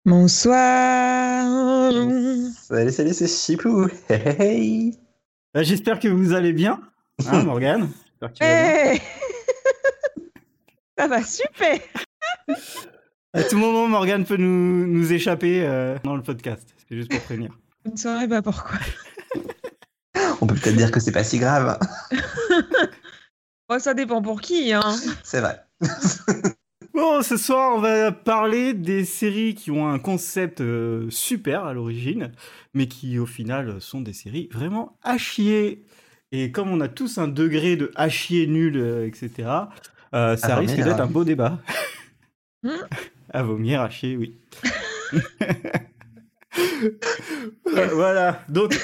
Bonsoir. Salut, salut, c'est Chipou. Hey, hey. J'espère que vous allez bien, hein, Morgane. J'espère que tu vas bien. Hey. Ça va super. À tout moment, Morgane peut nous échapper dans le podcast. C'est juste pour prévenir. Vous ne saurez pas pourquoi. On peut peut-être dire que c'est pas si grave. Oh, ça dépend pour qui, hein. C'est vrai. Bon, ce soir, on va parler des séries qui ont un concept super à l'origine, mais qui au final sont des séries vraiment à chier. Et comme on a tous un degré de à chier nul, etc., ça risque d'être un beau débat. À vomir, à chier, oui. Voilà, donc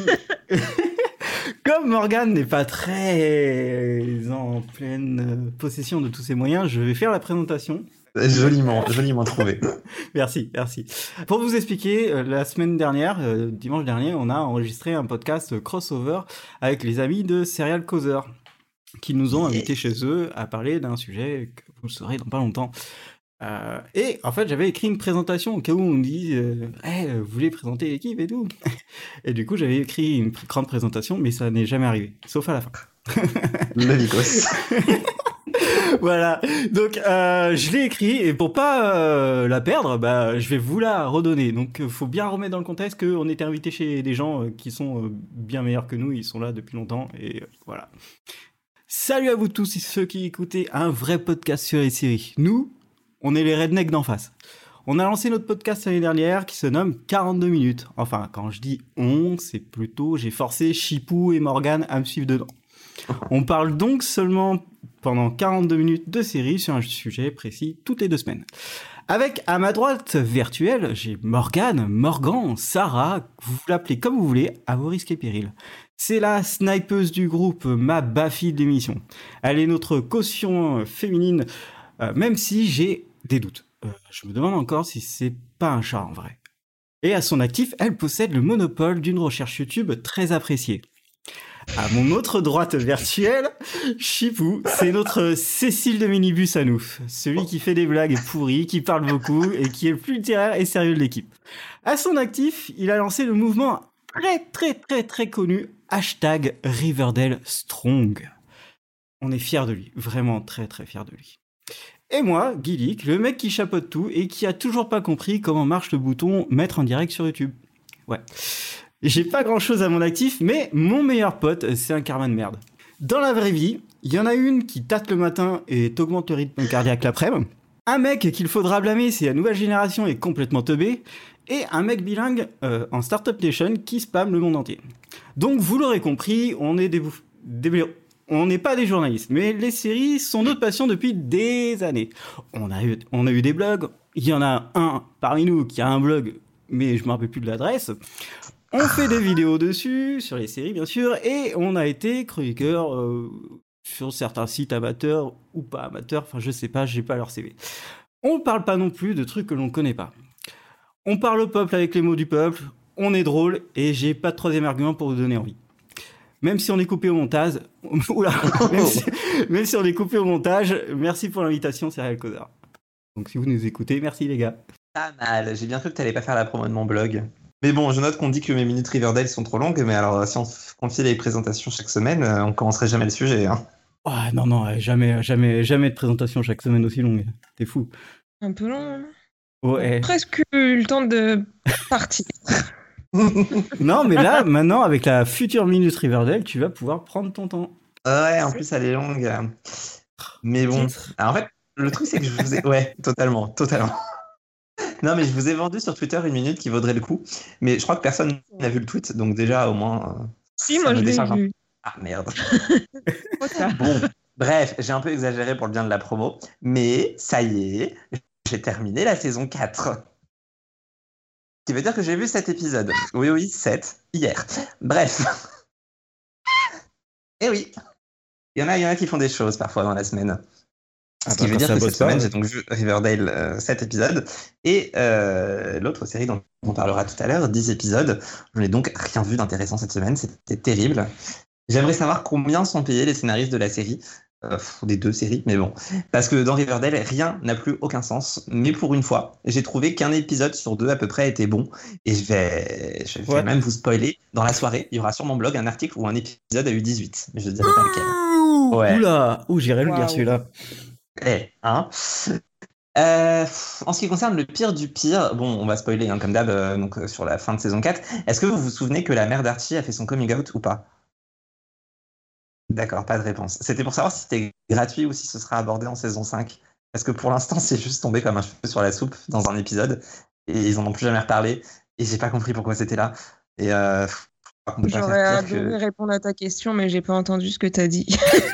comme Morgane n'est pas très en pleine possession de tous ses moyens, je vais faire la présentation. Joliment trouvé. Merci. Pour vous expliquer, la semaine dernière, dimanche dernier, on a enregistré un podcast crossover avec les amis de Serial Causeur, qui nous ont invités chez eux à parler d'un sujet que vous saurez dans pas longtemps. Et en fait, j'avais écrit une présentation au cas où on me dit vous voulez présenter l'équipe et tout. Et du coup, j'avais écrit une grande présentation, mais ça n'est jamais arrivé, sauf à la fin. Le vicos. Voilà, donc je l'ai écrit et pour pas la perdre, je vais vous la redonner. Donc faut bien remettre dans le contexte qu'on était invité chez des gens qui sont bien meilleurs que nous, ils sont là depuis longtemps et voilà. Salut à vous tous ceux qui écoutez un vrai podcast sur les séries. Nous, on est les rednecks d'en face. On a lancé notre podcast l'année dernière qui se nomme 42 minutes. Enfin, quand je dis on, c'est plutôt j'ai forcé Chipou et Morgane à me suivre dedans. On parle donc seulement pendant 42 minutes de série sur un sujet précis toutes les 2 semaines. Avec à ma droite virtuelle, j'ai Morgane, Morgan, Sarah, vous l'appelez comme vous voulez, à vos risques et périls. C'est la snipeuse du groupe, ma Bafi de l'émission. Elle est notre caution féminine, même si j'ai des doutes. Je me demande encore si c'est pas un chat en vrai. Et à son actif, elle possède le monopole d'une recherche YouTube très appréciée. À mon autre droite virtuelle, Chipou, c'est notre Cécile de Minibus à nous. Celui qui fait des blagues pourries, qui parle beaucoup et qui est le plus littéraire et sérieux de l'équipe. À son actif, il a lancé le mouvement très connu #Riverdale Strong. On est fiers de lui, vraiment très fiers de lui. Et moi, Guilic, le mec qui chapeaute tout et qui a toujours pas compris comment marche le bouton mettre en direct sur YouTube. Ouais. J'ai pas grand chose à mon actif, mais mon meilleur pote, c'est un karma de merde. Dans la vraie vie, il y en a une qui tâte le matin et t'augmente le rythme cardiaque l'après-midi. Un mec qu'il faudra blâmer si la nouvelle génération est complètement teubée. Et un mec bilingue en Startup Nation qui spamme le monde entier. Donc vous l'aurez compris, on est on n'est pas des journalistes, mais les séries sont notre passion depuis des années. On a eu des blogs, il y en a un parmi nous qui a un blog, mais je me rappelle plus de l'adresse. On fait des vidéos dessus, sur les séries bien sûr, et on a été chroniqueur sur certains sites amateurs ou pas amateurs, enfin je sais pas, j'ai pas leur CV. On parle pas non plus de trucs que l'on connaît pas. On parle au peuple avec les mots du peuple, on est drôle, et j'ai pas de troisième argument pour vous donner envie. Même si on est coupé au montage, même si on est coupé au montage, merci pour l'invitation, Serial Causeur. Donc si vous nous écoutez, merci les gars. Pas mal, j'ai bien cru que t'allais pas faire la promo de mon blog. Mais bon, je note qu'on dit que mes minutes Riverdale sont trop longues, mais alors si on confiait les présentations chaque semaine, on commencerait jamais le sujet. Hein. Oh, non, jamais de présentation chaque semaine aussi longue. T'es fou. Un peu long, hein. Ouais. Presque eu le temps de partir. Non, mais là, maintenant, avec la future Minute Riverdale, tu vas pouvoir prendre ton temps. Ouais, en plus, elle est longue. Mais bon, alors, en fait, le truc, c'est que je vous ai... Ouais, totalement. Non, mais je vous ai vendu sur Twitter une minute qui vaudrait le coup. Mais je crois que personne n'a vu le tweet, donc déjà, au moins... Si, moi, je l'ai vu. Ah, merde. Bon, bref, j'ai un peu exagéré pour le bien de la promo. Mais ça y est, j'ai terminé la saison 4. Ce qui veut dire que j'ai vu 7 épisodes. Oui, 7, hier. Bref. Et oui, il y en a qui font des choses parfois dans la semaine. Ce qui veut dire que cette semaine, j'ai donc vu Riverdale 7 épisodes. Et l'autre série dont on parlera tout à l'heure, 10 épisodes. Je n'ai donc rien vu d'intéressant cette semaine. C'était terrible. J'aimerais savoir combien sont payés les scénaristes de la série. des deux séries, mais bon. Parce que dans Riverdale, rien n'a plus aucun sens. Mais pour une fois, j'ai trouvé qu'un épisode sur 2 à peu près était bon. Et je vais même vous spoiler. Dans la soirée, il y aura sur mon blog un article où un épisode a eu 18. Mais je ne dirai pas lequel. Ouais. Oula, j'irai le lire celui-là. Hein. En ce qui concerne le pire du pire, bon, on va spoiler comme d'hab sur la fin de saison 4. Est-ce que vous vous souvenez que la mère d'Archie a fait son coming out ou pas? D'accord, pas de réponse. C'était pour savoir si c'était gratuit ou si ce sera abordé en saison 5. Parce que pour l'instant, c'est juste tombé comme un cheveu sur la soupe dans un épisode. Et ils en ont plus jamais reparlé. Et j'ai pas compris pourquoi c'était là. Et j'aurais adoré répondre à ta question, mais j'ai pas entendu ce que t'as dit.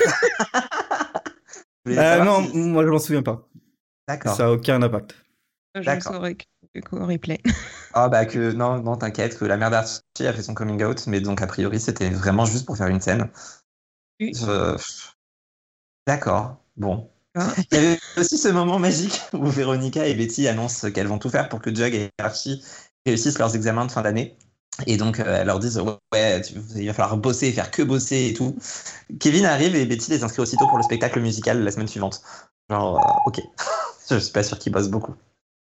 Non, moi je m'en souviens pas. D'accord. Ça a aucun impact. Je le saurais qu'au replay. Non, t'inquiète, que la mère d'Archie a fait son coming out, mais donc a priori c'était vraiment juste pour faire une scène. Oui. D'accord, bon. Il y avait aussi ce moment magique où Véronica et Betty annoncent qu'elles vont tout faire pour que Jug et Archie réussissent leurs examens de fin d'année. Et donc elles leur disent il va falloir bosser et faire que bosser et tout. Kevin arrive et Betty les inscrit aussitôt pour le spectacle musical la semaine suivante. Genre, ok. Je suis pas sûr qu'ils bossent beaucoup.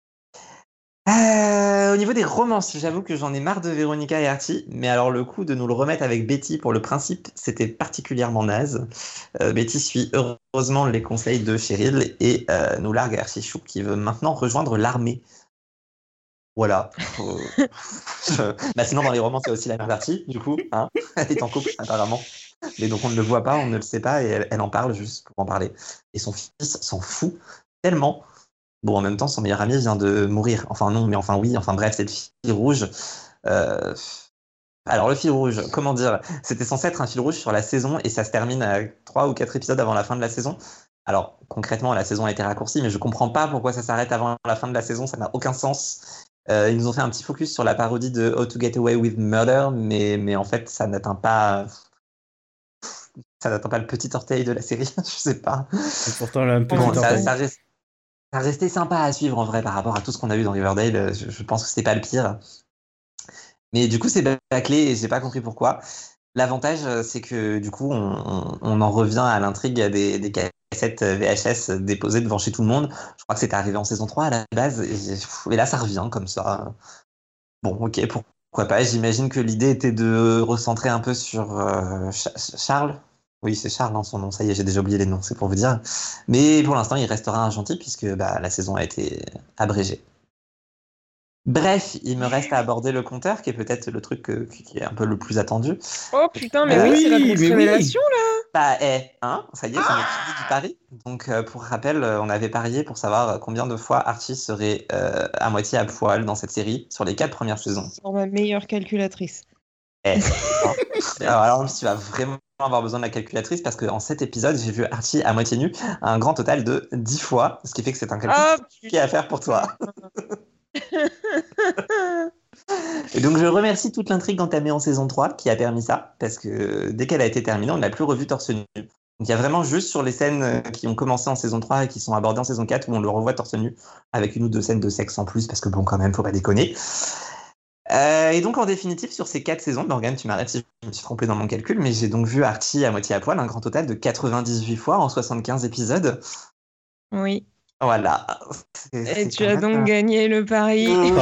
Au niveau des romances, j'avoue que j'en ai marre de Véronica et Archie, mais alors le coup de nous le remettre avec Betty pour le principe, c'était particulièrement naze. Betty suit heureusement les conseils de Cheryl et nous largue Archie Chou qui veut maintenant rejoindre l'armée. Voilà. Sinon dans les romans c'est aussi la mère d'Archie, du coup, hein. Elle est en couple apparemment. Mais donc on ne le voit pas, on ne le sait pas et elle en parle juste pour en parler. Et son fils s'en fout tellement. Bon, en même temps, son meilleur ami vient de mourir. Enfin, non, mais enfin, oui. Enfin, bref, c'est le fil rouge. Alors, le fil rouge, comment dire? C'était censé être un fil rouge sur la saison et ça se termine à 3 ou 4 épisodes avant la fin de la saison. Alors, concrètement, la saison a été raccourcie, mais je comprends pas pourquoi ça s'arrête avant la fin de la saison. Ça n'a aucun sens. Ils nous ont fait un petit focus sur la parodie de How to Get Away with Murder, mais en fait, ça n'atteint pas le petit orteil de la série. Je sais pas. Et pourtant, un petit orteil. Ça restait sympa à suivre en vrai par rapport à tout ce qu'on a vu dans Riverdale. Je pense que c'était pas le pire. Mais du coup, c'est bâclé et j'ai pas compris pourquoi. L'avantage, c'est que du coup, on en revient à l'intrigue des cassettes VHS déposées devant chez tout le monde. Je crois que c'était arrivé en saison 3 à la base. Et là, ça revient comme ça. Bon, ok, pourquoi pas. J'imagine que l'idée était de recentrer un peu sur Charles. Oui, c'est Charles, son nom. Ça y est, j'ai déjà oublié les noms, c'est pour vous dire. Mais pour l'instant, il restera un gentil puisque la saison a été abrégée. Bref, il me reste à aborder le compteur, qui est peut-être le truc qui est un peu le plus attendu. Oh putain, mais oui, c'est la grosse révélation, là. Ça y est, c'est notre idée du pari. Donc, pour rappel, on avait parié pour savoir combien de fois Archie serait à moitié à poil dans cette série sur les 4 premières saisons. C'est ma meilleure calculatrice. Alors, tu vas vraiment avoir besoin de la calculatrice parce qu'en 7 épisodes, j'ai vu Archie à moitié nu un grand total de 10 fois, ce qui fait que c'est un calcul qui est à faire pour toi. Et donc je remercie toute l'intrigue entamée en saison 3 qui a permis ça, parce que dès qu'elle a été terminée, on ne l'a plus revue torse nu. Donc il y a vraiment juste sur les scènes qui ont commencé en saison 3 et qui sont abordées en saison 4 où on le revoit torse nu, avec 1 ou 2 scènes de sexe en plus, parce que bon, quand même, faut pas déconner. Et donc en définitive, sur ces 4 saisons, Morgane, tu m'arrêtes si je me suis trompé dans mon calcul, mais j'ai donc vu Archie à moitié à poil un grand total de 98 fois en 75 épisodes. Oui. Voilà. Et tu as donc gagné le pari. Oh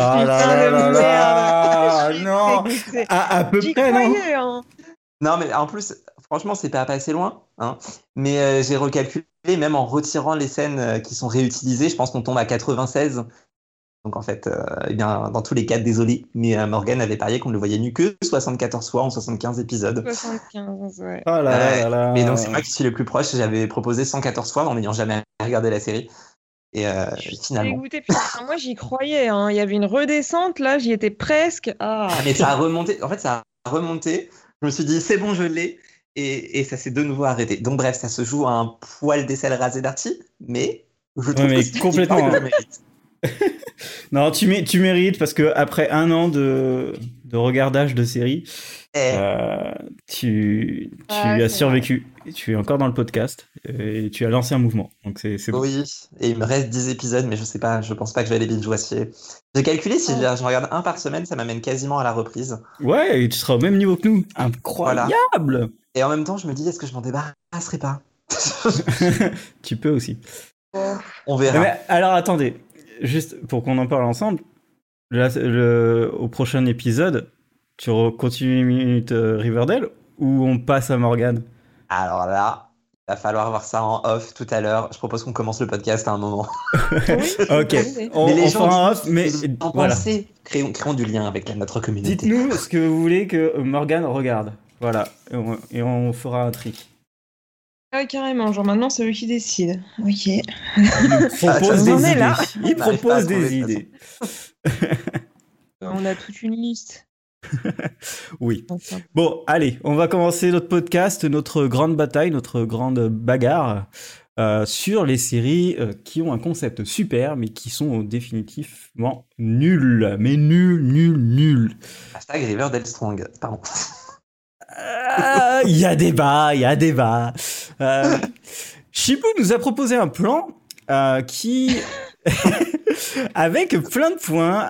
là, non. À peu près, non. Hein. Non, mais en plus, franchement, c'est pas passé loin. Hein. Mais j'ai recalculé, même en retirant les scènes qui sont réutilisées, je pense qu'on tombe à 96. Donc en fait, dans tous les cas, désolé, mais Morgane avait parié qu'on ne le voyait nu que 74 fois en 75 épisodes. 75, ouais. Oh là là. Mais donc c'est moi qui suis le plus proche. J'avais proposé 114 fois en n'ayant jamais regardé la série. Et finalement. Dégoûté, putain, moi j'y croyais. Hein. Il y avait une redescente, là, j'y étais presque. Mais ça a remonté. En fait, ça a remonté. Je me suis dit, c'est bon, je l'ai. Et ça s'est de nouveau arrêté. Donc bref, ça se joue à un poil d'aisselle rasé d'Archie, mais je trouve que complètement. Je mérite. Non, tu mérites parce que après 1 an de regardage de série, tu as survécu. Tu es encore dans le podcast et tu as lancé un mouvement. Donc c'est bon. Oui, et il me reste 10 épisodes, mais je pense pas que je vais aller binge-watcher. J'ai calculé, si je regarde 1 par semaine, ça m'amène quasiment à la reprise. Ouais, et tu seras au même niveau que nous. Incroyable. Voilà. Et en même temps, je me dis, est-ce que je m'en débarrasserai pas? Tu peux aussi. On verra. Mais alors attendez, juste pour qu'on en parle ensemble, là, au prochain épisode, tu continues les minutes Riverdale ou on passe à Morgane? Alors là, il va falloir voir ça en off tout à l'heure. Je propose qu'on commence le podcast à un moment. Ok, on fera un off, mais voilà. Créons du lien avec notre communauté. Dites-nous ce que vous voulez que Morgane regarde. Voilà, et on fera un tri. Ah, carrément, genre maintenant c'est eux qui décident. Ok. Il propose des idées. Là. Il propose des idées. On a toute une liste. Oui. Bon, allez, on va commencer notre podcast, notre grande bataille, notre grande bagarre sur les séries qui ont un concept super, mais qui sont définitivement nuls. Mais nuls. Hashtag Riverdale Strong, pardon. Il y a débat. Chipou nous a proposé un plan qui... avec plein de points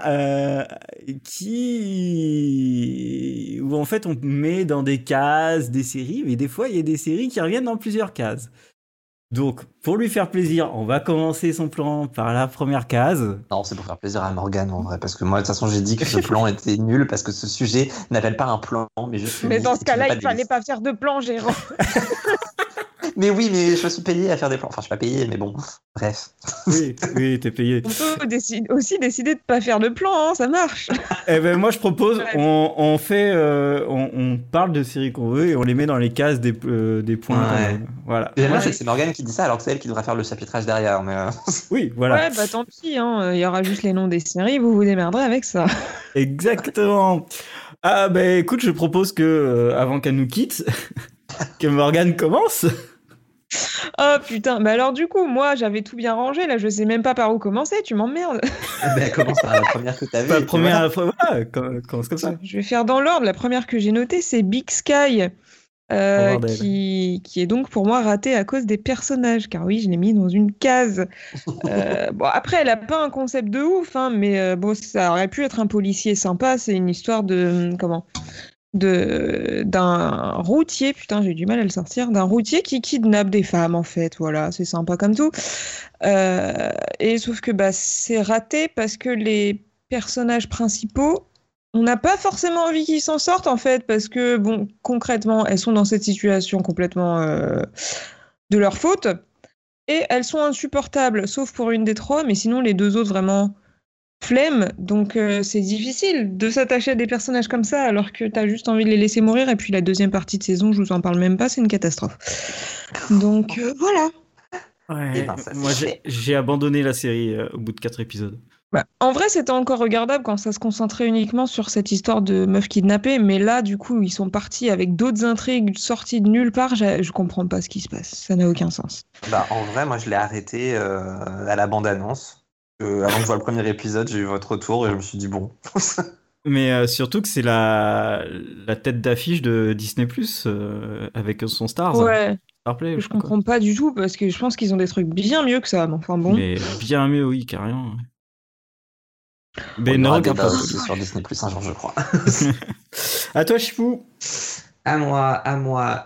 où en fait on met dans des cases des séries, mais des fois il y a des séries qui reviennent dans plusieurs cases. Donc pour lui faire plaisir, on va commencer son plan par la première case. Non, c'est pour faire plaisir à Morgane en vrai, parce que moi de toute façon j'ai dit que ce plan était nul parce que ce sujet n'appelle pas un plan, mais juste. Mais dans ce cas-là, il fallait pas faire de plan, Jérôme. Mais oui, mais je suis payé à faire des plans. Enfin, je suis pas payé, mais bon, bref. Oui, t'es payé. On peut aussi décider de pas faire de plan, hein, ça marche. Eh ben moi je propose, on parle de séries qu'on veut et on les met dans les cases des points. Ouais. Voilà. Moi, c'est Morgane qui dit ça alors que c'est elle qui devrait faire le chapitrage derrière. Mais Oui, voilà. Ouais, bah tant pis, hein. Il y aura juste les noms des séries, vous vous démerderez avec ça. Exactement. Ah ben écoute, je propose que avant qu'elle nous quitte, que Morgane commence. Oh putain, bah alors du coup, moi j'avais tout bien rangé, là je sais même pas par où commencer, tu m'emmerdes. Ben, commence par la première que t'as vue. La première fois, voilà, commence comme ça. Je vais faire dans l'ordre, la première que j'ai notée c'est Big Sky, qui est donc pour moi ratée à cause des personnages, car oui, je l'ai mis dans une case. Bon, après, elle a pas un concept de ouf, hein, mais bon, ça aurait pu être un policier sympa, c'est une histoire d'un routier, putain j'ai du mal à le sortir, d'un routier qui kidnappe des femmes en fait, voilà, c'est sympa comme tout. Et sauf que bah, c'est raté parce que les personnages principaux, on n'a pas forcément envie qu'ils s'en sortent en fait, parce que bon, concrètement, elles sont dans cette situation complètement de leur faute, et elles sont insupportables, sauf pour une des trois, mais sinon les deux autres vraiment... flemme, donc c'est difficile de s'attacher à des personnages comme ça alors que t'as juste envie de les laisser mourir et puis la deuxième partie de saison, je vous en parle même pas, c'est une catastrophe. Donc voilà. Ouais, moi j'ai abandonné la série au bout de 4 épisodes. Bah, en vrai, c'était encore regardable quand ça se concentrait uniquement sur cette histoire de meuf kidnappée, mais là, du coup, ils sont partis avec d'autres intrigues sorties de nulle part, je comprends pas ce qui se passe, ça n'a aucun sens. Bah, en vrai, moi je l'ai arrêté à la bande-annonce. Avant de voir le premier épisode, j'ai eu votre retour et je me suis dit bon. Mais surtout que c'est la tête d'affiche de Disney+, avec son Stars. Ouais. Starplay, je comprends pas du tout parce que je pense qu'ils ont des trucs bien mieux que ça, mais enfin bon. Mais bien mieux, oui, carrément. Mais non, regarde pas sur Disney+ un jour, je crois. À toi, Chipou. À moi.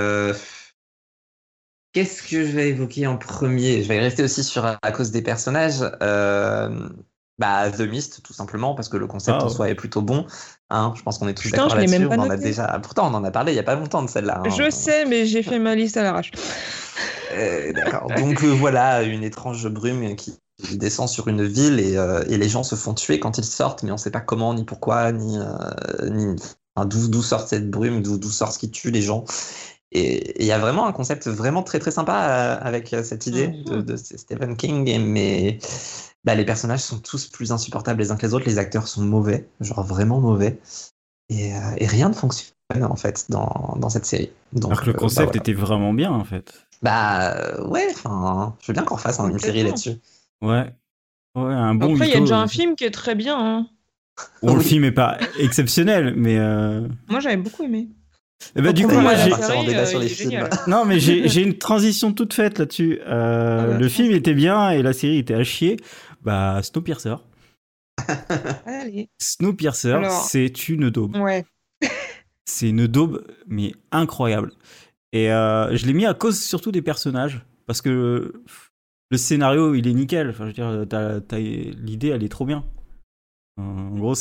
Qu'est-ce que je vais évoquer en premier? Je vais rester aussi sur à cause des personnages. Bah, The Mist, tout simplement, parce que le concept en soi est plutôt bon. Hein, je pense qu'on est tous d'accord là-dessus. On en a déjà... Pourtant, on en a parlé il n'y a pas longtemps de celle-là. Hein. Je sais, mais j'ai fait ma liste à l'arrache. D'accord. Donc voilà, une étrange brume qui descend sur une ville et les gens se font tuer quand ils sortent, mais on ne sait pas comment, ni pourquoi, ni d'où sort cette brume, d'où sort ce qui tue les gens. Et il y a vraiment un concept vraiment très très sympa avec cette idée de Stephen King, mais bah, les personnages sont tous plus insupportables les uns que les autres, les acteurs sont mauvais, genre vraiment mauvais, et rien ne fonctionne en fait dans cette série. Donc, alors que le concept était vraiment bien en fait. Bah ouais, je veux bien qu'on fasse une série là-dessus. Ouais, un bon. Après, il y a déjà un film qui est très bien. Hein. Bon, le film est pas exceptionnel, mais. Moi, j'avais beaucoup aimé. Et bah, du coup, moi, j'ai partir en débat sur les films. Non, mais j'ai une transition toute faite là-dessus. Le film était bien et la série était à chier. Bah, Snowpiercer. Allez. Snowpiercer, c'est une daube. Ouais. C'est une daube, mais incroyable. Et je l'ai mis à cause surtout des personnages, parce que le scénario, il est nickel. Enfin, je veux dire, l'idée, elle est trop bien. En gros,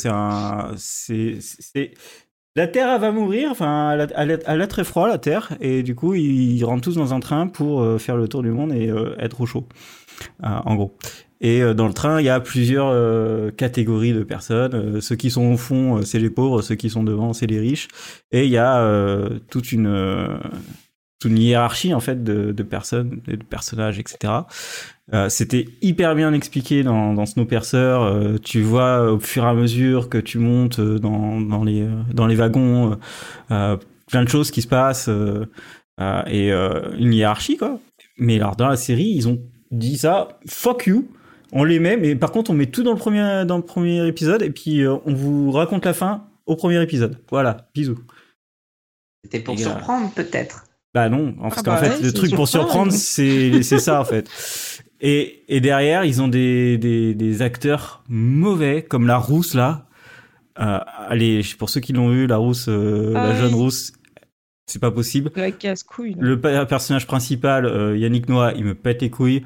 la Terre, elle va mourir. Enfin, elle a très froid, la Terre, et du coup, ils rentrent tous dans un train pour faire le tour du monde et être au chaud, en gros. Et dans le train, il y a plusieurs catégories de personnes. Ceux qui sont au fond, c'est les pauvres. Ceux qui sont devant, c'est les riches. Et il y a toute une hiérarchie en fait de personnes, de personnages, etc. C'était hyper bien expliqué dans Snowpiercer. Tu vois au fur et à mesure que tu montes dans les wagons, plein de choses qui se passent et une hiérarchie quoi. Mais alors dans la série, ils ont dit ça, fuck you. On les met, mais par contre on met tout dans le premier épisode et puis on vous raconte la fin au premier épisode. Voilà, bisous. C'était pour surprendre peut-être. Bah non, parce qu'en fait, le truc pour surprendre, c'est ça en fait. Et derrière, ils ont des acteurs mauvais, comme la rousse là. Allez, pour ceux qui l'ont vu, la rousse, la jeune rousse, c'est pas possible. La casse-couille. Le personnage principal, Yannick Noah, il me pète les couilles.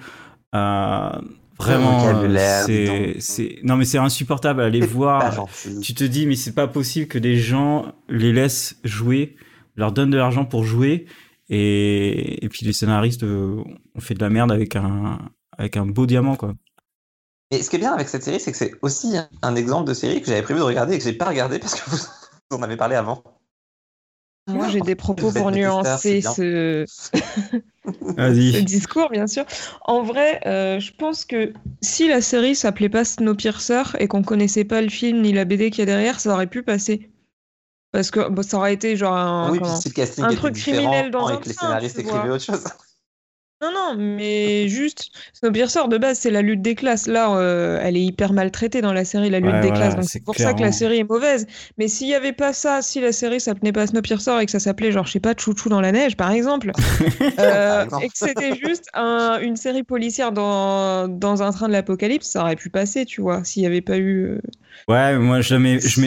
Vraiment, non mais c'est insupportable à aller voir. Tu te dis mais c'est pas possible que des gens les laissent jouer, leur donnent de l'argent pour jouer. Et puis les scénaristes ont fait de la merde avec un beau diamant, quoi. Et ce qui est bien avec cette série, c'est que c'est aussi un exemple de série que j'avais prévu de regarder et que j'ai pas regardé parce que vous en avez parlé avant. Moi, j'ai des propos pour nuancer ce discours, bien sûr. En vrai, je pense que si la série s'appelait pas Snowpiercer et qu'on connaissait pas le film ni la BD qu'il y a derrière, ça aurait pu passer. Parce que ça aurait été genre un truc criminel dans un train, et que les scénaristes écrivaient autre chose. Non, mais juste, Snowpiercer, de base, c'est la lutte des classes. Là, elle est hyper maltraitée dans la série, la lutte des classes. Donc c'est pour ça que la série est mauvaise. Mais s'il n'y avait pas ça, si la série s'appelait pas Snowpiercer et que ça s'appelait, genre, je sais pas, Chouchou dans la neige, par exemple, et que c'était juste une série policière dans un train de l'apocalypse, ça aurait pu passer, tu vois, s'il n'y avait pas eu... Ouais, moi, je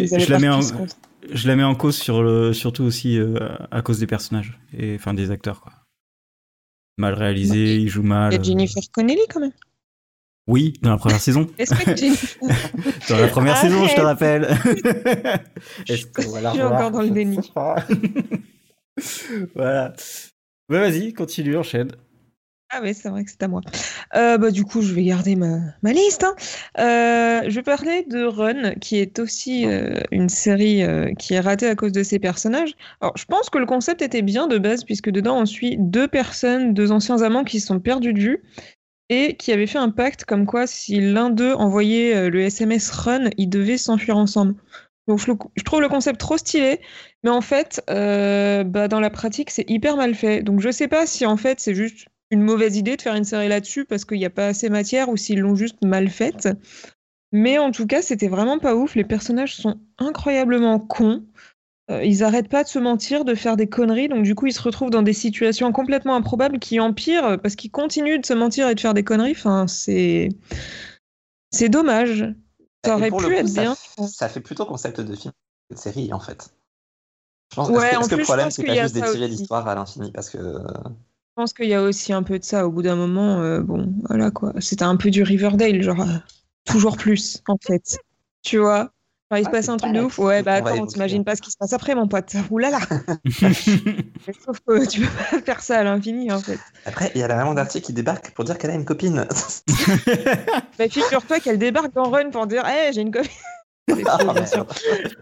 la mets en cause surtout aussi à cause des personnages, enfin des acteurs, quoi. Mal réalisé, il joue mal. Il y a Jennifer Connelly quand même. Oui, dans la première saison. Respecte Jennifer. Dans la première saison, je te rappelle. Est-ce qu'on va la revoir ? Je suis encore dans le déni. Voilà. Bah, vas-y, continue, enchaîne. Ah oui, c'est vrai que c'est à moi. Du coup, je vais garder ma liste. Hein. Je vais parler de Run, qui est aussi une série qui est ratée à cause de ses personnages. Alors, je pense que le concept était bien de base, puisque dedans, on suit deux anciens amants qui se sont perdus de vue et qui avaient fait un pacte comme quoi, si l'un d'eux envoyait le SMS Run, ils devaient s'enfuir ensemble. Donc, je trouve le concept trop stylé, mais en fait, dans la pratique, c'est hyper mal fait. Donc, je sais pas si en fait, c'est juste une mauvaise idée de faire une série là-dessus parce qu'il n'y a pas assez matière ou s'ils l'ont juste mal faite. Mais en tout cas, c'était vraiment pas ouf. Les personnages sont incroyablement cons. Ils arrêtent pas de se mentir, de faire des conneries. Donc du coup, ils se retrouvent dans des situations complètement improbables qui empirent parce qu'ils continuent de se mentir et de faire des conneries. Enfin, c'est dommage. Ça aurait pu être bien. Ça fait plutôt concept de film, de série, en fait. Je pense, ouais, est-ce que le problème, c'est pas juste d'étirer l'histoire à l'infini parce que... Je pense qu'il y a aussi un peu de ça. Au bout d'un moment, voilà quoi. C'était un peu du Riverdale, genre toujours plus, en fait. Tu vois? Genre, il se passe un truc de ouf. Ouais, bah attends, t'imagines pas ce qui se passe après, mon pote. Oulala! Sauf que tu peux pas faire ça à l'infini, en fait. Après, il y a la maman d'Artie qui débarque pour dire qu'elle a une copine. Bah, figure-toi qu'elle débarque dans Run pour dire hey, j'ai une copine. C'est faux, bien sûr.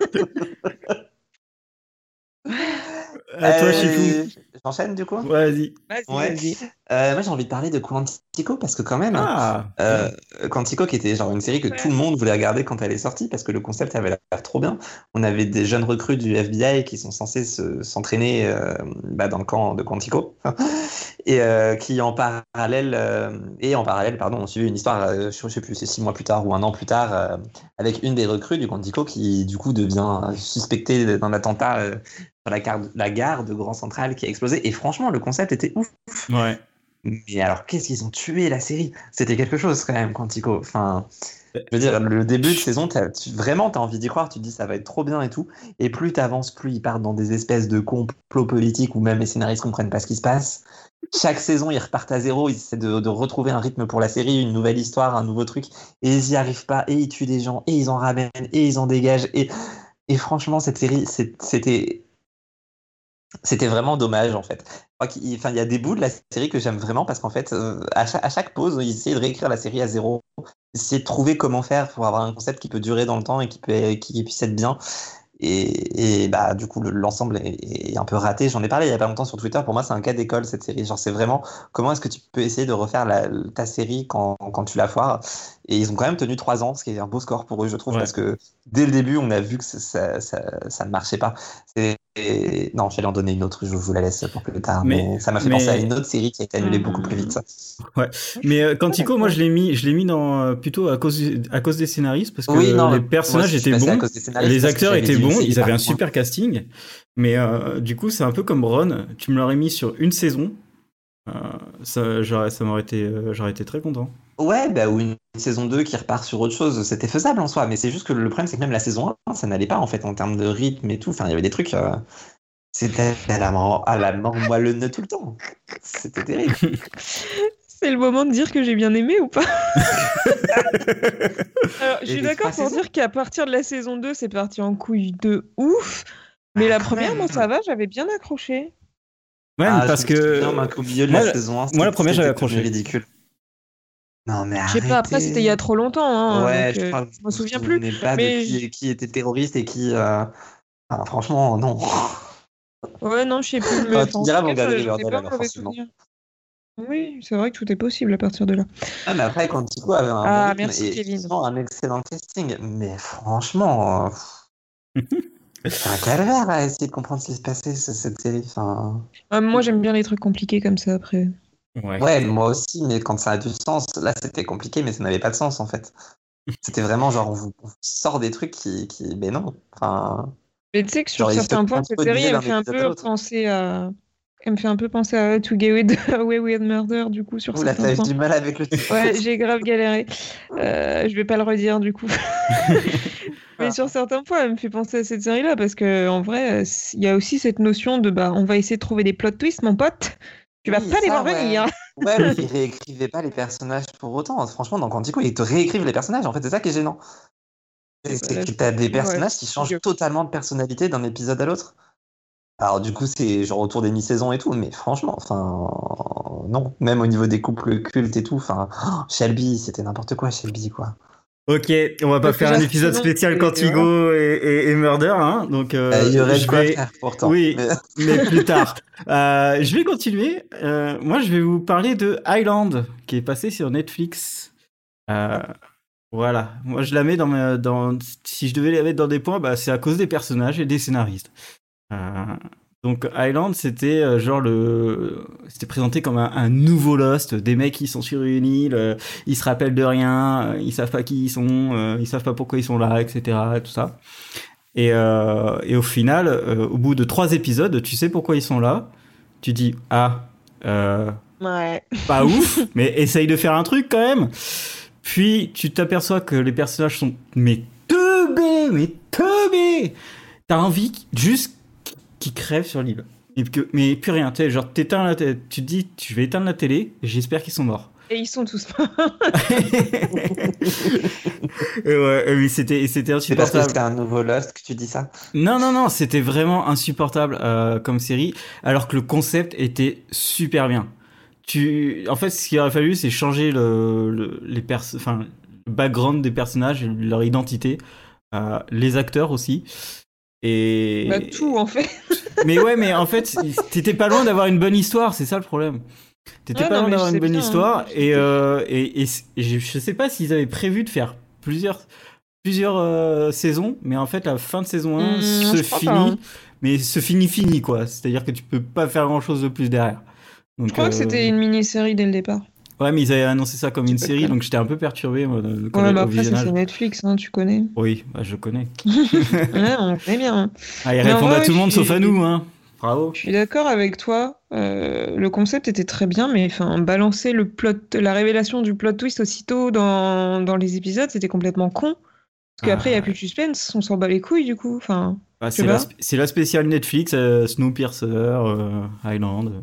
À toi, Chifou. J'enchaîne du coup ? Vas-y. Vas-y. Moi, j'ai envie de parler de Quantico parce que quand même, Quantico qui était genre une série que tout le monde voulait regarder quand elle est sortie parce que le concept avait l'air trop bien. On avait des jeunes recrues du FBI qui sont censés s'entraîner dans le camp de Quantico et qui en parallèle, on suivait une histoire, je sais plus, c'est 6 mois plus tard ou 1 an plus tard, avec une des recrues du Quantico qui du coup devient suspectée d'un attentat sur la gare de Grand Central qui a explosé. Et franchement, le concept était ouf. Ouais. Mais alors, qu'est-ce qu'ils ont tué la série? C'était quelque chose quand même, Quantico. Enfin, je veux dire, le début de saison, vraiment, t'as envie d'y croire. Tu te dis, ça va être trop bien et tout. Et plus t'avances, plus ils partent dans des espèces de complots politiques où même les scénaristes comprennent pas ce qui se passe. Chaque saison, ils repartent à zéro. Ils essaient de retrouver un rythme pour la série, une nouvelle histoire, un nouveau truc. Et ils y arrivent pas. Et ils tuent des gens. Et ils en ramènent. Et ils en dégagent. Et franchement, cette série, c'était vraiment dommage en fait. Il y a des bouts de la série que j'aime vraiment parce qu'en fait, à chaque pause, ils essaient de réécrire la série à zéro, essayer de trouver comment faire pour avoir un concept qui peut durer dans le temps et qui puisse être bien. Et bah, du coup, l'ensemble est un peu raté. J'en ai parlé il y a pas longtemps sur Twitter. Pour moi, c'est un cas d'école cette série. Genre, c'est vraiment comment est-ce que tu peux essayer de refaire ta série quand tu la foires. Et ils ont quand même tenu 3 ans, ce qui est un beau score pour eux, je trouve, parce que dès le début, on a vu que ça ne marchait pas. Non, je vais en donner une autre, je vous la laisse pour plus tard. Mais ça m'a fait penser à une autre série qui a été annulée beaucoup plus vite. Ouais. Mais Quantico, moi je l'ai mis dans plutôt à cause des scénaristes parce que les personnages étaient bons, les acteurs étaient bons, ils avaient un super casting. Mais du coup, c'est un peu comme Ron, tu me l'aurais mis sur une saison, j'aurais été très content. Ouais, ou une saison 2 qui repart sur autre chose, c'était faisable en soi, mais c'est juste que le problème c'est que même la saison 1, ça n'allait pas en fait en termes de rythme et tout, enfin il y avait des trucs, c'était à la mort moelleux tout le temps, c'était terrible. C'est le moment de dire que j'ai bien aimé ou pas? Alors, je suis d'accord pour dire qu'à partir de la saison 2, c'est parti en couille de ouf, mais la première, moi ça va, j'avais bien accroché. Ouais, parce que au milieu de la saison 1, moi la première j'avais accroché. Ridicule. Non, mais je sais pas, après c'était il y a trop longtemps, hein, ouais, donc, je me souviens plus. Pas mais de qui était terroriste et qui. Franchement, non. Ouais, non, je sais plus. Mais tu diras mon gars de Riverdale alors, forcément. Oui, c'est vrai que tout est possible à partir de là. Ah, mais après, Quantico avait un bon rythme et un excellent casting. Mais franchement, c'est un calvaire à essayer de comprendre ce qui se passait, cette série. Moi, j'aime bien les trucs compliqués comme ça après. Ouais, moi aussi, mais quand ça a du sens, là c'était compliqué, mais ça n'avait pas de sens en fait. C'était vraiment genre, on vous sort des trucs qui... Mais non, Mais tu sais que sur certains points, cette série, elle me fait un peu penser à... Elle me fait un peu penser à To Get Away with Murder, du coup, sur certains points. Là, t'as eu du mal avec le titre. Ouais, j'ai grave galéré. Je vais pas le redire, du coup. Mais sur certains points, elle me fait penser à cette série-là, parce qu'en vrai, il y a aussi cette notion de, on va essayer de trouver des plot twists, mon pote. Tu vas pas les voir venir. Ouais, mais ils réécrivaient pas les personnages pour autant. Franchement, dans Quantico, ils te réécrivent les personnages. En fait, c'est ça qui est gênant. C'est que t'as des personnages qui changent totalement de personnalité d'un épisode à l'autre. Alors du coup, c'est genre autour des mi-saisons et tout, mais franchement, non. Même au niveau des couples cultes et tout, Shelby, c'était n'importe quoi, Shelby, quoi. Ok, on va pas faire un épisode spécial Quantico et Murder, hein. Donc il y aurait de quoi faire pourtant. Oui, mais plus tard. Je vais continuer. Moi, je vais vous parler de Highland, qui est passé sur Netflix. Voilà. Moi, je la mets si je devais la mettre dans des points, c'est à cause des personnages et des scénaristes. Donc Highland, c'était c'était présenté comme un nouveau Lost, des mecs qui sont sur une île, ils se rappellent de rien, ils savent pas qui ils sont, ils savent pas pourquoi ils sont là, etc. Tout ça. Et au final, au bout de 3 épisodes, tu sais pourquoi ils sont là. Tu dis ouais. Pas ouf, mais essaye de faire un truc quand même. Puis tu t'aperçois que les personnages sont teubés. T'as envie juste qui crève sur l'île. Mais plus rien, tu sais, genre tu te dis, je vais éteindre la télé, j'espère qu'ils sont morts. Et ils sont tous morts. mais c'était insupportable. C'est parce que c'était un nouveau Lost que tu dis ça? Non, c'était vraiment insupportable comme série, alors que le concept était super bien. En fait, ce qu'il aurait fallu, c'est changer le background des personnages, leur identité, les acteurs aussi. Et tout en fait. mais en fait, t'étais pas loin d'avoir une bonne histoire, c'est ça le problème. T'étais pas loin d'avoir une bonne histoire, et je sais pas s'ils avaient prévu de faire plusieurs saisons, mais en fait la fin de saison 1 se finit, mais se finit quoi. C'est-à-dire que tu peux pas faire grand chose de plus derrière. Donc, je crois que c'était une mini-série dès le départ. Ouais, mais ils avaient annoncé ça comme une série, donc j'étais un peu perturbé. Après, c'est Netflix, hein, tu connais. Oui, je connais. Ouais, on connaît bien. Ils répondent à tout le monde sauf à nous. Hein. Bravo. Je suis d'accord avec toi. Le concept était très bien, mais enfin, balancer la révélation du plot twist aussitôt dans les épisodes, c'était complètement con. Parce qu'après, il n'y a plus de suspense, on s'en bat les couilles du coup. Enfin, je sais pas. C'est la spéciale Netflix, Snowpiercer, Island.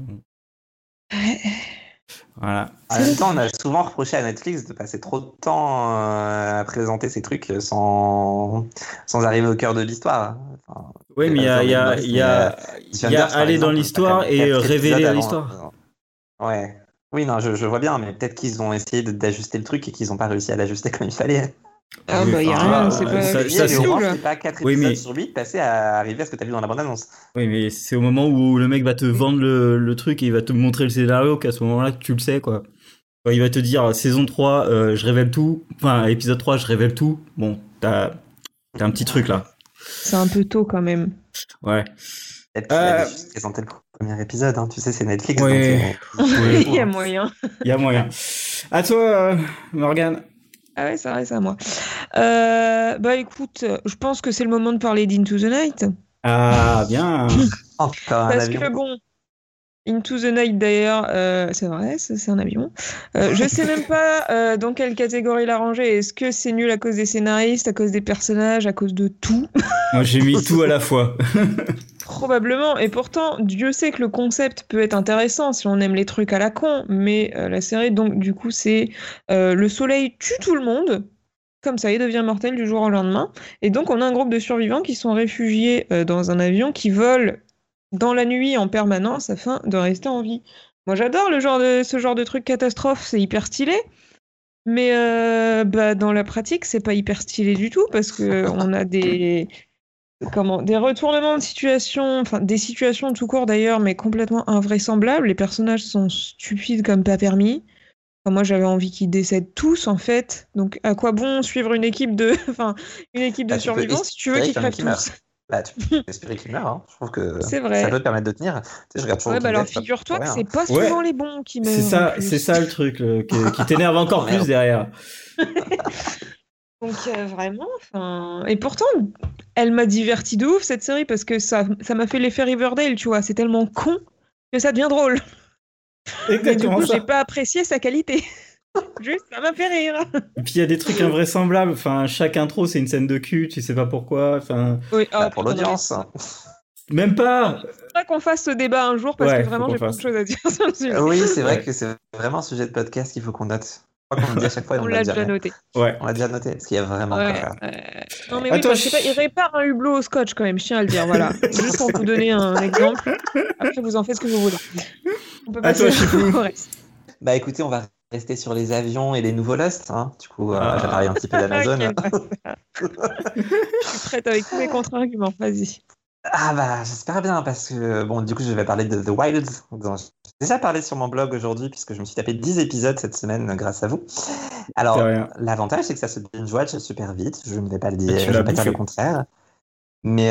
Voilà. En même temps, on a souvent reproché à Netflix de passer trop de temps à présenter ces trucs sans arriver au cœur de l'histoire. Enfin, oui, mais il y a aller dans l'histoire et révéler l'histoire. Ouais. Oui, non, je vois bien, mais peut-être qu'ils ont essayé d'ajuster le truc et qu'ils n'ont pas réussi à l'ajuster comme il fallait. Ah bah il y a rien, c'est pas... c'est pas 4 épisodes sur 8 passer à arriver à ce que tu as vu dans la bande-annonce. Oui, mais c'est au moment où le mec va te vendre le truc et il va te montrer le scénario qu'à ce moment-là, tu le sais, quoi. Quand il va te dire saison 3, je révèle tout. Enfin, épisode 3, je révèle tout. Bon, t'as un petit truc, là. C'est un peu tôt, quand même. Ouais. Peut-être qu'il avait juste présenté le premier épisode, hein. Tu sais, c'est Netflix. Oui. Il y a moyen. Il y a moyen. À toi, Morgane. Ah ouais, c'est vrai, c'est à moi. Bah écoute, je pense que c'est le moment de parler d'Into the Night. Ah, bien. Parce que bon, Into the Night d'ailleurs, c'est vrai, c'est un avion. Je sais même pas dans quelle catégorie la ranger. Est-ce que c'est nul à cause des scénaristes, à cause des personnages, à cause de tout? Moi j'ai mis tout à la fois. Probablement, et pourtant, Dieu sait que le concept peut être intéressant si on aime les trucs à la con, mais la série, donc, du coup, c'est le soleil tue tout le monde, comme ça, il devient mortel du jour au lendemain, et donc on a un groupe de survivants qui sont réfugiés dans un avion qui vole dans la nuit en permanence afin de rester en vie. Moi, j'adore ce genre de truc catastrophe, c'est hyper stylé, mais bah, dans la pratique, c'est pas hyper stylé du tout, parce qu'on a des retournements de situation, enfin des situations tout court d'ailleurs, mais complètement invraisemblables. Les personnages sont stupides comme pas permis. Enfin, moi, j'avais envie qu'ils décèdent tous en fait. Donc, à quoi bon suivre une équipe de, survivants si tu veux qu'ils crèvent tous? Bah, tu peux espérer qu'ils meurent. Hein. Je trouve que c'est vrai. Ça peut te permettre de tenir. Tu sais, je regarde toujours. Ouais, bah alors figure-toi que c'est pas souvent les bons qui meurent. C'est ça le truc qui t'énerve encore plus derrière. Donc vraiment, enfin, et pourtant, elle m'a diverti de ouf cette série parce que ça m'a fait l'effet Riverdale, tu vois. C'est tellement con que ça devient drôle. Et du coup, j'ai pas apprécié sa qualité. Juste, ça m'a fait rire. Et puis il y a des trucs invraisemblables. Enfin, chaque intro, c'est une scène de cul. Tu sais pas pourquoi. Enfin. Oui, pour l'audience. Même pas. C'est vrai qu'on fasse ce débat un jour parce que vraiment, j'ai plein de choses à dire sur le sujet. Oui, c'est vrai que c'est vraiment un sujet de podcast qu'il faut qu'on note. Je crois qu'on le dit à chaque fois et on l'a déjà noté. Ouais. On l'a déjà noté, parce qu'il y a vraiment pas faire. Non mais oui, je sais pas, il répare un hublot au scotch quand même, je tiens à le dire, voilà. Juste pour vous donner un exemple. Après, vous en faites ce que vous voulez. On peut passer au reste. Bah écoutez, on va rester sur les avions et les nouveaux Lost. Hein. Du coup, j'ai parlé un petit peu d'Amazon. Je suis prête avec tous mes contre-arguments, vas-y. Ah bah j'espère bien parce que bon du coup je vais parler de The Wilds. J'ai déjà parlé sur mon blog aujourd'hui puisque je me suis tapé 10 épisodes cette semaine grâce à vous. Alors l'avantage c'est que ça se binge-watch super vite, je ne vais pas le dire, je ne vais pas dire le contraire. Mais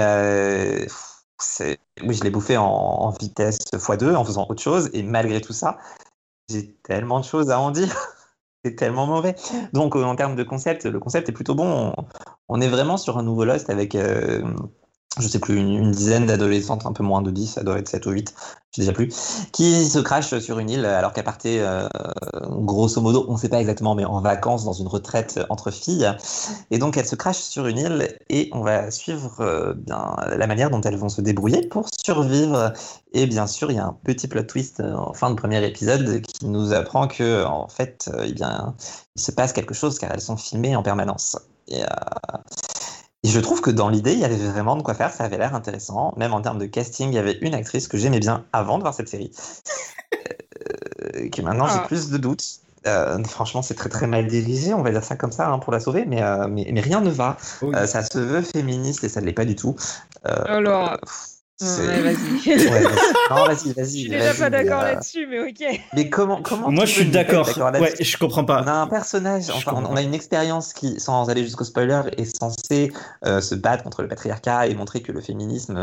oui je l'ai bouffé en vitesse x2 en faisant autre chose et malgré tout ça j'ai tellement de choses à en dire. C'est tellement mauvais. Donc en termes de concept, le concept est plutôt bon. On est vraiment sur un nouveau Lost avec je sais plus, une dizaine d'adolescentes, un peu moins de 10, ça doit être 7 ou 8, je sais déjà plus, qui se crachent sur une île alors qu'à partir, grosso modo, on ne sait pas exactement, mais en vacances dans une retraite entre filles. Et donc elles se crachent sur une île et on va suivre bien la manière dont elles vont se débrouiller pour survivre. Et bien sûr, il y a un petit plot twist en fin de premier épisode qui nous apprend que en fait, il se passe quelque chose car elles sont filmées en permanence. Et je trouve que dans l'idée, il y avait vraiment de quoi faire, ça avait l'air intéressant. Même en termes de casting, il y avait une actrice que j'aimais bien avant de voir cette série, que maintenant j'ai plus de doutes. Franchement, c'est très très mal dirigé, on va dire ça comme ça, hein, pour la sauver, mais rien ne va. Oui. Ça se veut féministe et ça ne l'est pas du tout. Alors... Ouais, vas-y. Non, vas-y. Je suis déjà pas d'accord là-dessus, mais ok. Mais comment Moi, je suis d'accord. Ouais, je comprends pas. On a un personnage, on a une expérience qui, sans aller jusqu'au spoiler, est censée se battre contre le patriarcat et montrer que le féminisme,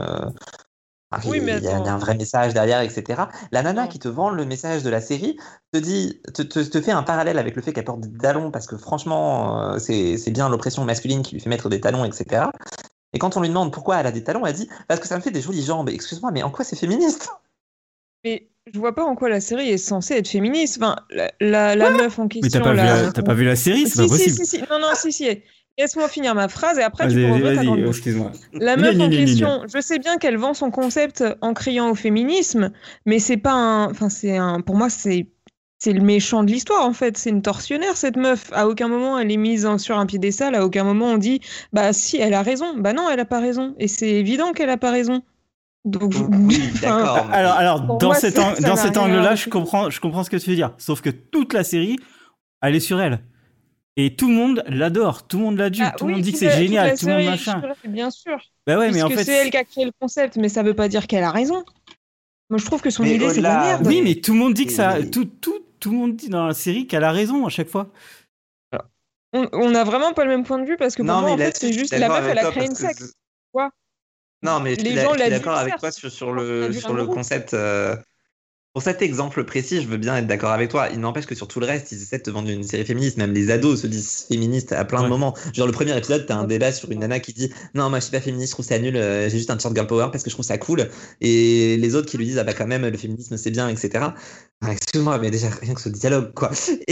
il y a un vrai message derrière, etc. La nana qui te vend le message de la série te fait un parallèle avec le fait qu'elle porte des talons parce que franchement, c'est bien l'oppression masculine qui lui fait mettre des talons, etc. Et quand on lui demande pourquoi elle a des talons, elle dit parce que ça me fait des jolies jambes. Excuse-moi, mais en quoi c'est féministe? Mais je vois pas en quoi la série est censée être féministe. Enfin, la meuf en Mais question. t'as pas vu la série, c'est pas possible. Si. Non, si. Laisse-moi finir ma phrase et après tu Vas-y, peux ouvrir ta grande vas-y, bouche. excuse-moi. La meuf en question, je sais bien qu'elle vend son concept en criant au féminisme, mais c'est pas un. Enfin, pour moi, c'est le méchant de l'histoire en fait. C'est une tortionnaire cette meuf. À aucun moment elle est mise sur un piédestal. À aucun moment on dit bah si elle a raison. Bah non, elle a pas raison. Et c'est évident qu'elle a pas raison. Donc Oui, d'accord. Alors dans moi, cet ça n'a rien angle-là, à je comprends ce que tu veux dire. Sauf que toute la série, elle est sur elle. Et tout le monde l'adore, tout le monde l'adulte, tout le monde dit que c'est génial, tout le monde machin. Bien sûr. Bah ouais, mais en Puisque fait, c'est elle qui a créé le concept, mais ça veut pas dire qu'elle a raison. Moi, je trouve que son idée, c'est de la merde. Oui, mais tout le monde dit que ça. Tout le monde dit dans la série qu'elle a raison à chaque fois. On n'a vraiment pas le même point de vue parce que pour moi, en fait, c'est juste la meuf, elle a créé une secte. Quoi? Non, mais je suis d'accord avec toi sur le concept. Pour cet exemple précis, je veux bien être d'accord avec toi. Il n'empêche que sur tout le reste, ils essaient de te vendre une série féministe. Même les ados se disent féministes à plein de moments. Genre, le premier épisode, t'as un débat sur une nana qui dit non, moi je suis pas féministe, je trouve ça nul, j'ai juste un t-shirt girl power parce que je trouve ça cool. Et les autres qui lui disent ah bah quand même, le féminisme c'est bien, etc. Ah, excuse-moi, mais déjà rien que ce dialogue, quoi.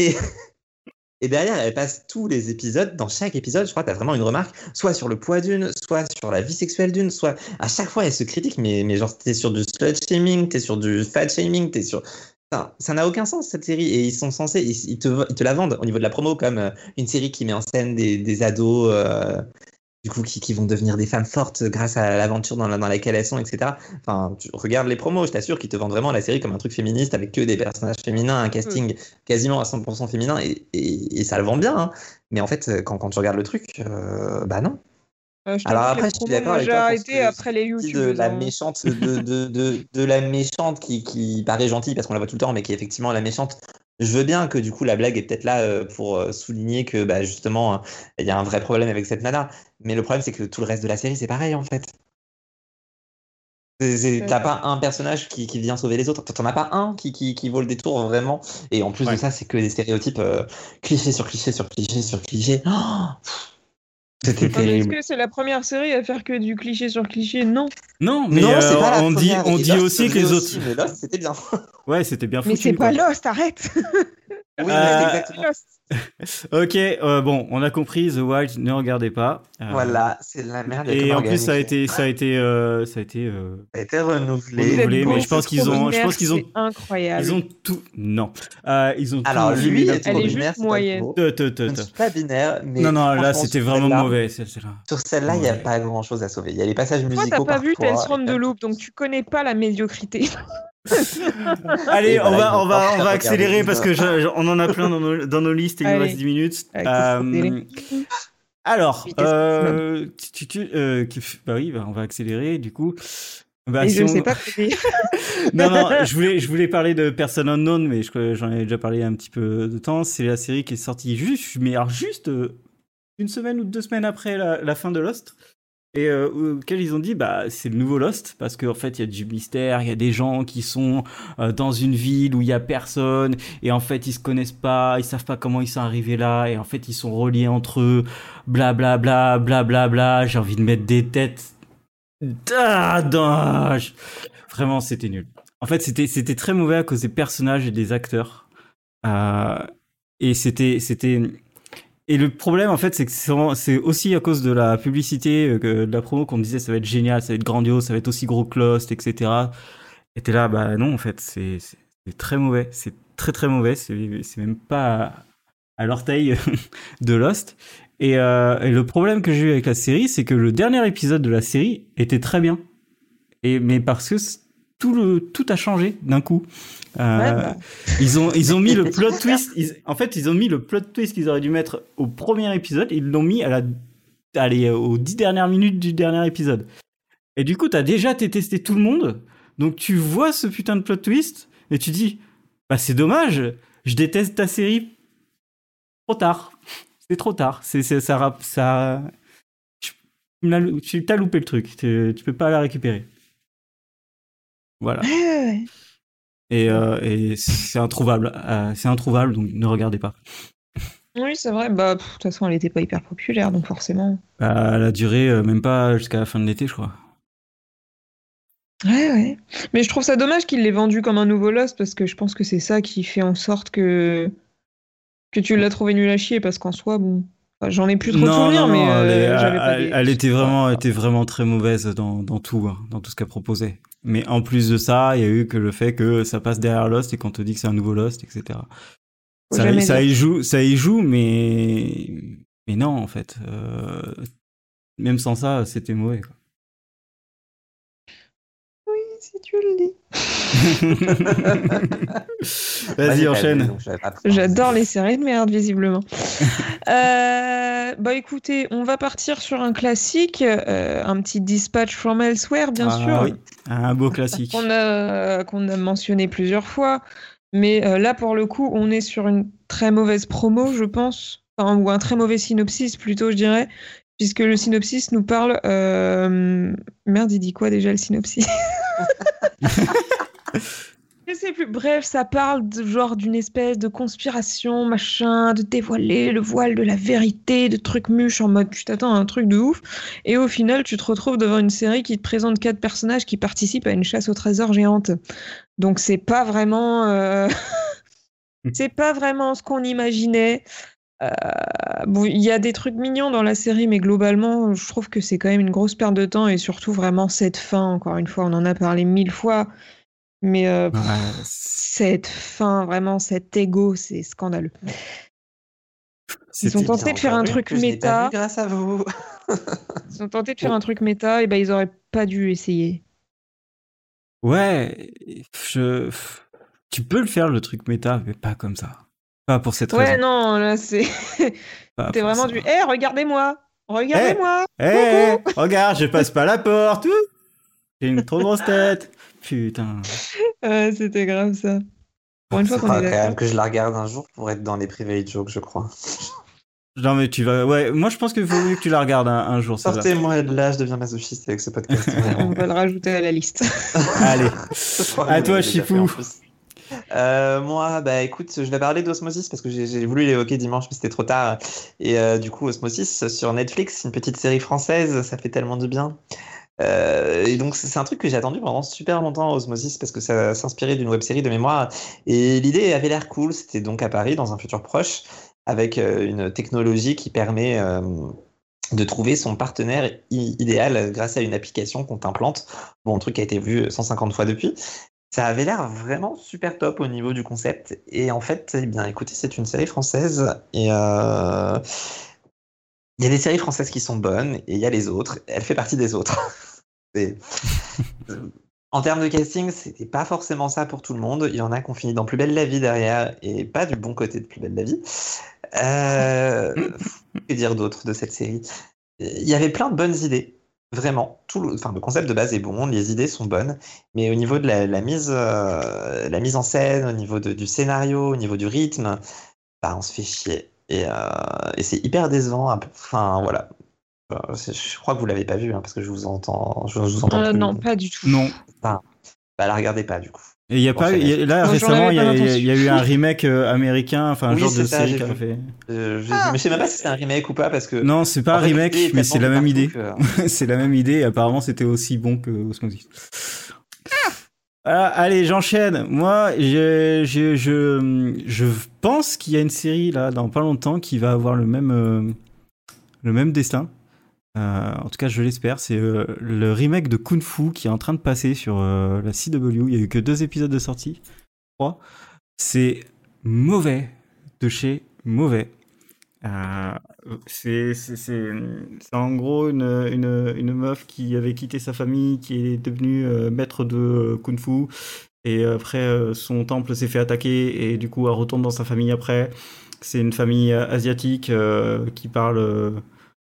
Et derrière, elle passe tous les épisodes. Dans chaque épisode, je crois, t'as vraiment une remarque, soit sur le poids d'une, soit sur la vie sexuelle d'une, soit à chaque fois, elle se critique, mais genre, t'es sur du slut-shaming, t'es sur du fat-shaming, t'es sur. Enfin, ça n'a aucun sens, cette série. Et ils sont censés, ils te la vendent au niveau de la promo comme une série qui met en scène des ados. Du coup, qui vont devenir des femmes fortes grâce à l'aventure dans laquelle elles sont, etc. Enfin, tu regardes les promos, je t'assure qu'ils te vendent vraiment la série comme un truc féministe avec que des personnages féminins, un casting quasiment à 100% féminin, et ça le vend bien. Hein. Mais en fait, quand tu regardes le truc, bah non. Alors après, je suis d'accord avec toi. J'ai arrêté après les YouTube. De la méchante, de la méchante qui paraît gentille parce qu'on la voit tout le temps, mais qui est effectivement la méchante. Je veux bien que du coup la blague est peut-être là pour souligner que bah, justement il y a un vrai problème avec cette nana. Mais le problème c'est que tout le reste de la série c'est pareil en fait. T'as pas un personnage qui vient sauver les autres. T'en as pas un qui vaut le détour vraiment. Et en plus de ça c'est que des stéréotypes cliché sur cliché sur cliché sur cliché. Oh, c'était terrible. Est-ce que c'est la première série à faire que du cliché sur cliché? Non. Non, mais c'est pas la on dit aussi que les autres. Mais Lost, c'était bien. Ouais, c'était bien foutu. Mais c'est pas Lost, arrête. Oui, mais c'est exactement. Ok, bon, on a compris. The Wild, ne regardez pas. Voilà, c'est de la merde. Et en plus, ça a été renouvelé, mais je pense qu'ils ont c'est incroyable. Ils ont tout. Non, ils ont. Alors lui, elle est juste moyenne. Je ne suis pas binaire, mais non, là, c'était vraiment mauvais. Sur celle-là, il n'y a pas grand-chose à sauver. Il y a les passages musicaux. Toi, t'as pas vu Tales from the Loop, donc tu connais pas la médiocrité. Allez, on va accélérer parce que on en a plein dans nos listes et il nous reste 10 minutes. Alors, bah oui, on va accélérer du coup. Bah, je sais pas quoi dire. non, je voulais parler de Person Unknown, mais j'en ai déjà parlé un petit peu de temps. C'est la série qui est sortie juste une semaine ou 2 semaines après la fin de Lost. Et auquel ils ont dit bah c'est le nouveau Lost parce qu'en fait il y a du mystère, il y a des gens qui sont dans une ville où il y a personne et en fait ils se connaissent pas, ils savent pas comment ils sont arrivés là et en fait ils sont reliés entre eux, bla bla bla bla bla bla. J'ai envie de mettre des têtes. Vraiment c'était nul. En fait c'était très mauvais à cause des personnages et des acteurs. Et c'était et le problème, en fait, c'est que c'est aussi à cause de la publicité, de la promo qu'on disait ça va être génial, ça va être grandiose, ça va être aussi gros que Lost, etc. Et t'es là, bah non, en fait, c'est très mauvais. C'est très très mauvais. C'est même pas à l'orteil de Lost. Et le problème que j'ai eu avec la série, c'est que le dernier épisode de la série était très bien. Mais parce que tout a changé d'un coup. Ils ont mis le plot twist. Ils ont mis le plot twist qu'ils auraient dû mettre au premier épisode. Ils l'ont mis aux 10 dernières minutes du dernier épisode. Et du coup, t'as déjà testé tout le monde. Donc tu vois ce putain de plot twist et tu dis, bah c'est dommage. Je déteste ta série. Trop tard. C'est trop tard. Ça. Tu t'as loupé le truc. Tu peux pas la récupérer. Voilà. Et c'est introuvable. Donc ne regardez pas. Oui, c'est vrai. Bah, de toute façon, elle était pas hyper populaire, donc forcément. Bah, elle a duré même pas jusqu'à la fin de l'été, je crois. Ouais. Mais je trouve ça dommage qu'il l'ait vendu comme un nouveau Lost, parce que je pense que c'est ça qui fait en sorte que tu l'as trouvé nul à chier, parce qu'en soi, bon. Enfin, j'en ai plus trop de Non, souvenirs, mais j'avais pas elle était vraiment très mauvaise dans tout, hein, dans tout ce qu'elle proposait. Mais en plus de ça, il y a eu que le fait que ça passe derrière Lost et qu'on te dit que c'est un nouveau Lost, etc. Faut jamais dire. Ça y joue, mais non, en fait. Même sans ça, c'était mauvais, quoi. Oui, si tu le dis. Vas-y, enchaîne. J'adore les séries de merde, visiblement. Bah écoutez, on va partir sur un classique, un petit Dispatch from Elsewhere, bien sûr. Oui, un beau classique. Qu'on a mentionné plusieurs fois. Mais là, pour le coup, on est sur une très mauvaise promo, je pense. Enfin, ou un très mauvais synopsis, plutôt, je dirais. Puisque le synopsis nous parle... Merde, il dit quoi déjà, le synopsis? Je sais plus. Bref, ça parle genre d'une espèce de conspiration, machin, de dévoiler le voile de la vérité, de trucs mûches en mode tu t'attends à un truc de ouf. Et au final, tu te retrouves devant une série qui te présente 4 personnages qui participent à une chasse au trésor géante. Donc c'est pas vraiment... c'est pas vraiment ce qu'on imaginait. Bon, il y a des trucs mignons dans la série, mais globalement, je trouve que c'est quand même une grosse perte de temps et surtout vraiment cette fin, encore une fois, on en a parlé 1000 fois. Mais cette fin, vraiment, cet ego, c'est scandaleux. Ils ont tenté de faire un truc méta. Grâce à vous. Ils ont tenté de faire un truc méta, et ben ils auraient pas dû essayer. Ouais, tu peux le faire le truc méta, mais pas comme ça. Pas pour cette raison. Ouais, non, là c'est. C'était vraiment du. Hé, regardez-moi! Regardez-moi! Regarde, je passe pas la porte! J'ai une trop grosse tête! Putain. C'était grave ça. Pour une fois qu'on est quand même que je la regarde un jour pour être dans les private jokes, je crois. Non, mais tu vas. Ouais, moi je pense qu'il vaut mieux que tu la regardes un jour. Sortez-moi de là, je deviens masochiste avec ce podcast. On va le rajouter à la liste. Allez. À toi, Chipou. Moi, bah écoute, je vais parler d'Osmosis parce que j'ai voulu l'évoquer dimanche, mais c'était trop tard. Et du coup, Osmosis sur Netflix, une petite série française, ça fait tellement du bien. Et donc, c'est un truc que j'ai attendu pendant super longtemps, Osmosis, parce que ça s'inspirait d'une web-série de mémoire. Et l'idée avait l'air cool. C'était donc à Paris, dans un futur proche, avec une technologie qui permet de trouver son partenaire idéal grâce à une application qu'on t'implante. Bon, le truc a été vu 150 fois depuis. Ça avait l'air vraiment super top au niveau du concept. Et en fait, eh bien, écoutez, c'est une série française. Et il y a des séries françaises qui sont bonnes, et il y a les autres. Elle fait partie des autres. En termes de casting, c'était pas forcément ça pour tout le monde. Il y en a qui ont fini dans Plus belle la vie derrière, et pas du bon côté de Plus belle la vie. Que dire d'autre de cette série? Il y avait plein de bonnes idées. Vraiment, le concept de base est bon, les idées sont bonnes, mais au niveau de la mise en scène, au niveau du scénario, au niveau du rythme, bah, on se fait chier. Et c'est hyper décevant. Enfin, voilà. Je crois que vous l'avez pas vu, hein, parce que je vous entends plus. Non, pas du tout. Non. Bah, la regardez pas, du coup. Et il y a pas, là récemment, il y a eu un remake américain, enfin un genre de série qui a fait. Mais je sais même pas si c'est un remake ou pas, parce que. Non, c'est pas un remake, mais c'est la même idée. C'est la même idée. Et apparemment, c'était aussi bon que Osmosis. Allez, j'enchaîne. Moi, je pense qu'il y a une série là dans pas longtemps qui va avoir le même destin. En tout cas, je l'espère. C'est le remake de Kung Fu qui est en train de passer sur la CW. Il y a eu que 2 épisodes de sortie, 3. C'est mauvais de chez mauvais. C'est en gros une meuf qui avait quitté sa famille, qui est devenue maître de Kung Fu. Et après, son temple s'est fait attaquer et du coup, elle retourne dans sa famille après. C'est une famille asiatique qui parle...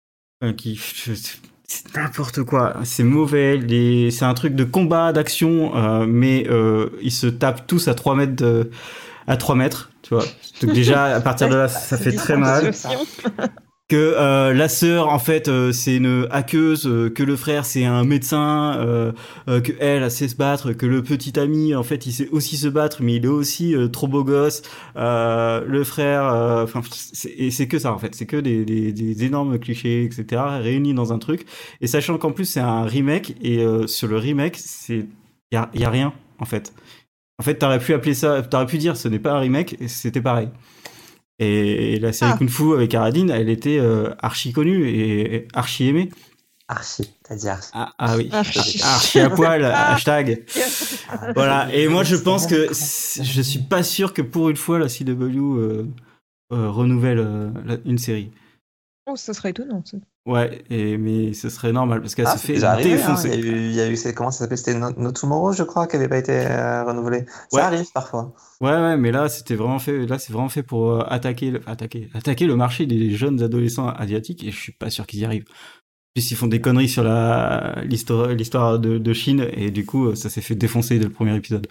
c'est n'importe quoi, c'est mauvais, c'est un truc de combat, d'action, mais ils se tapent tous à 3 mètres à 3 mètres, tu vois. Donc déjà, à partir de là, ça fait très mal. que la sœur en fait c'est une hackeuse, que le frère c'est un médecin, que elle sait se battre, que le petit ami en fait il sait aussi se battre mais il est aussi trop beau gosse, le frère, enfin c'est que ça en fait, c'est que des énormes clichés etc réunis dans un truc, et sachant qu'en plus c'est un remake, et sur le remake c'est y a rien en fait. En fait t'aurais pu dire ce n'est pas un remake, et c'était pareil. Et la série Kung Fu avec Aradine, elle était archi connue et archi aimée. Archi, t'as dit archi. Ah oui, archi à poil, hashtag. Voilà, et moi je pense que je suis pas sûr que pour une fois la CW renouvelle une série. Oh, ça serait étonnant, ça. Ouais, mais ce serait normal parce qu'elle se fait défoncer. Hein. Il y a eu comment ça s'appelle, c'était No Tomorrow, je crois, qui avait pas été renouvelé. Ça arrive parfois. Ouais, mais là c'était vraiment fait. Là c'est vraiment fait pour attaquer le marché des jeunes adolescents asiatiques, et je suis pas sûr qu'ils y arrivent. En plus ils font des conneries sur l'histoire de Chine, et du coup ça s'est fait défoncer dès le premier épisode.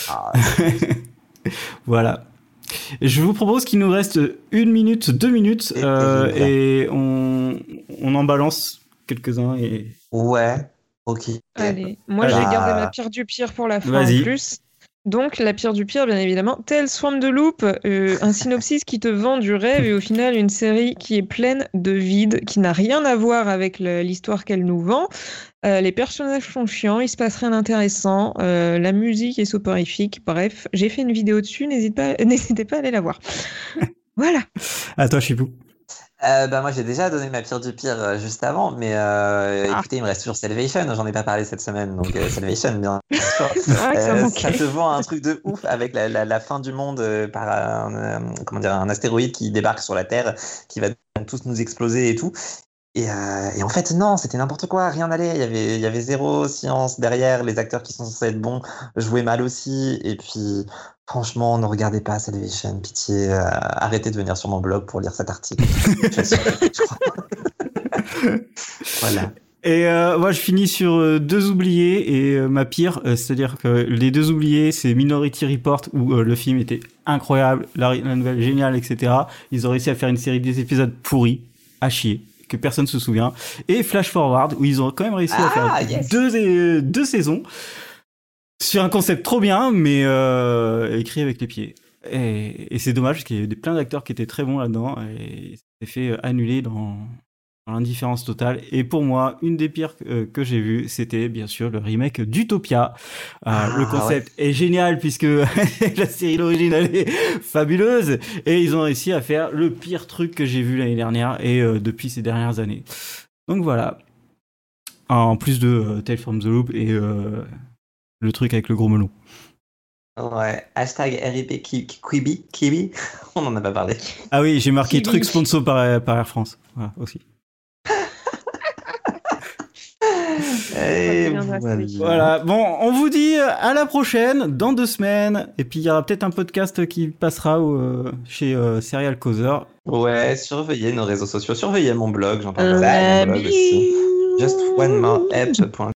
Voilà. Je vous propose qu'il nous reste 1 minute, 2 minutes, et on en balance quelques-uns. Ouais, ok. Allez, moi j'ai gardé ma pire du pire pour la fin en plus. Donc la pire du pire, bien évidemment, tel Swarm de Loop, un synopsis qui te vend du rêve, et au final une série qui est pleine de vide, qui n'a rien à voir avec l'histoire qu'elle nous vend. Les personnages sont chiants, il se passe rien d'intéressant, la musique est soporifique. Bref, j'ai fait une vidéo dessus, n'hésitez pas à aller la voir. Voilà. À toi, Chipou. Moi j'ai déjà donné ma pire du pire juste avant, mais écoutez, il me reste toujours Salvation, j'en ai pas parlé cette semaine, donc Salvation bien sûr. Ça te vend un truc de ouf avec la fin du monde par un astéroïde qui débarque sur la Terre, qui va tous nous exploser et tout. Et en fait non, c'était n'importe quoi, rien n'allait, il y avait zéro science derrière, les acteurs qui sont censés être bons jouaient mal aussi, et puis franchement ne regardez pas Salvation, pitié, arrêtez de venir sur mon blog pour lire cet article. Je crois. Voilà. Et moi je finis sur deux oubliés, et ma pire, c'est-à-dire que les deux oubliés c'est Minority Report, où le film était incroyable, la nouvelle géniale, etc. Ils ont réussi à faire une série des épisodes pourris, à chier, que personne se souvient, et Flash Forward, où ils ont quand même réussi à faire deux saisons sur un concept trop bien, mais écrit avec les pieds. Et c'est dommage parce qu'il y a plein d'acteurs qui étaient très bons là-dedans, et ça s'est fait annuler dans l'indifférence totale. Et pour moi, une des pires que j'ai vues, c'était bien sûr le remake d'Utopia. Le concept est génial puisque la série d'origine elle est fabuleuse, et ils ont réussi à faire le pire truc que j'ai vu l'année dernière et depuis ces dernières années. Donc voilà. En plus de Tales from the Loop et le truc avec le gros melon. Ouais, hashtag RIP Kiwi, on en a pas parlé. Ah oui, j'ai marqué truc sponsor par Air France, voilà, aussi. Et voilà, bon, on vous dit à la prochaine, dans 2 semaines, et puis il y aura peut-être un podcast qui passera chez Serial Causeur. Ouais, surveillez nos réseaux sociaux, surveillez mon blog, j'en parle mon blog aussi. Justonemoreapp.com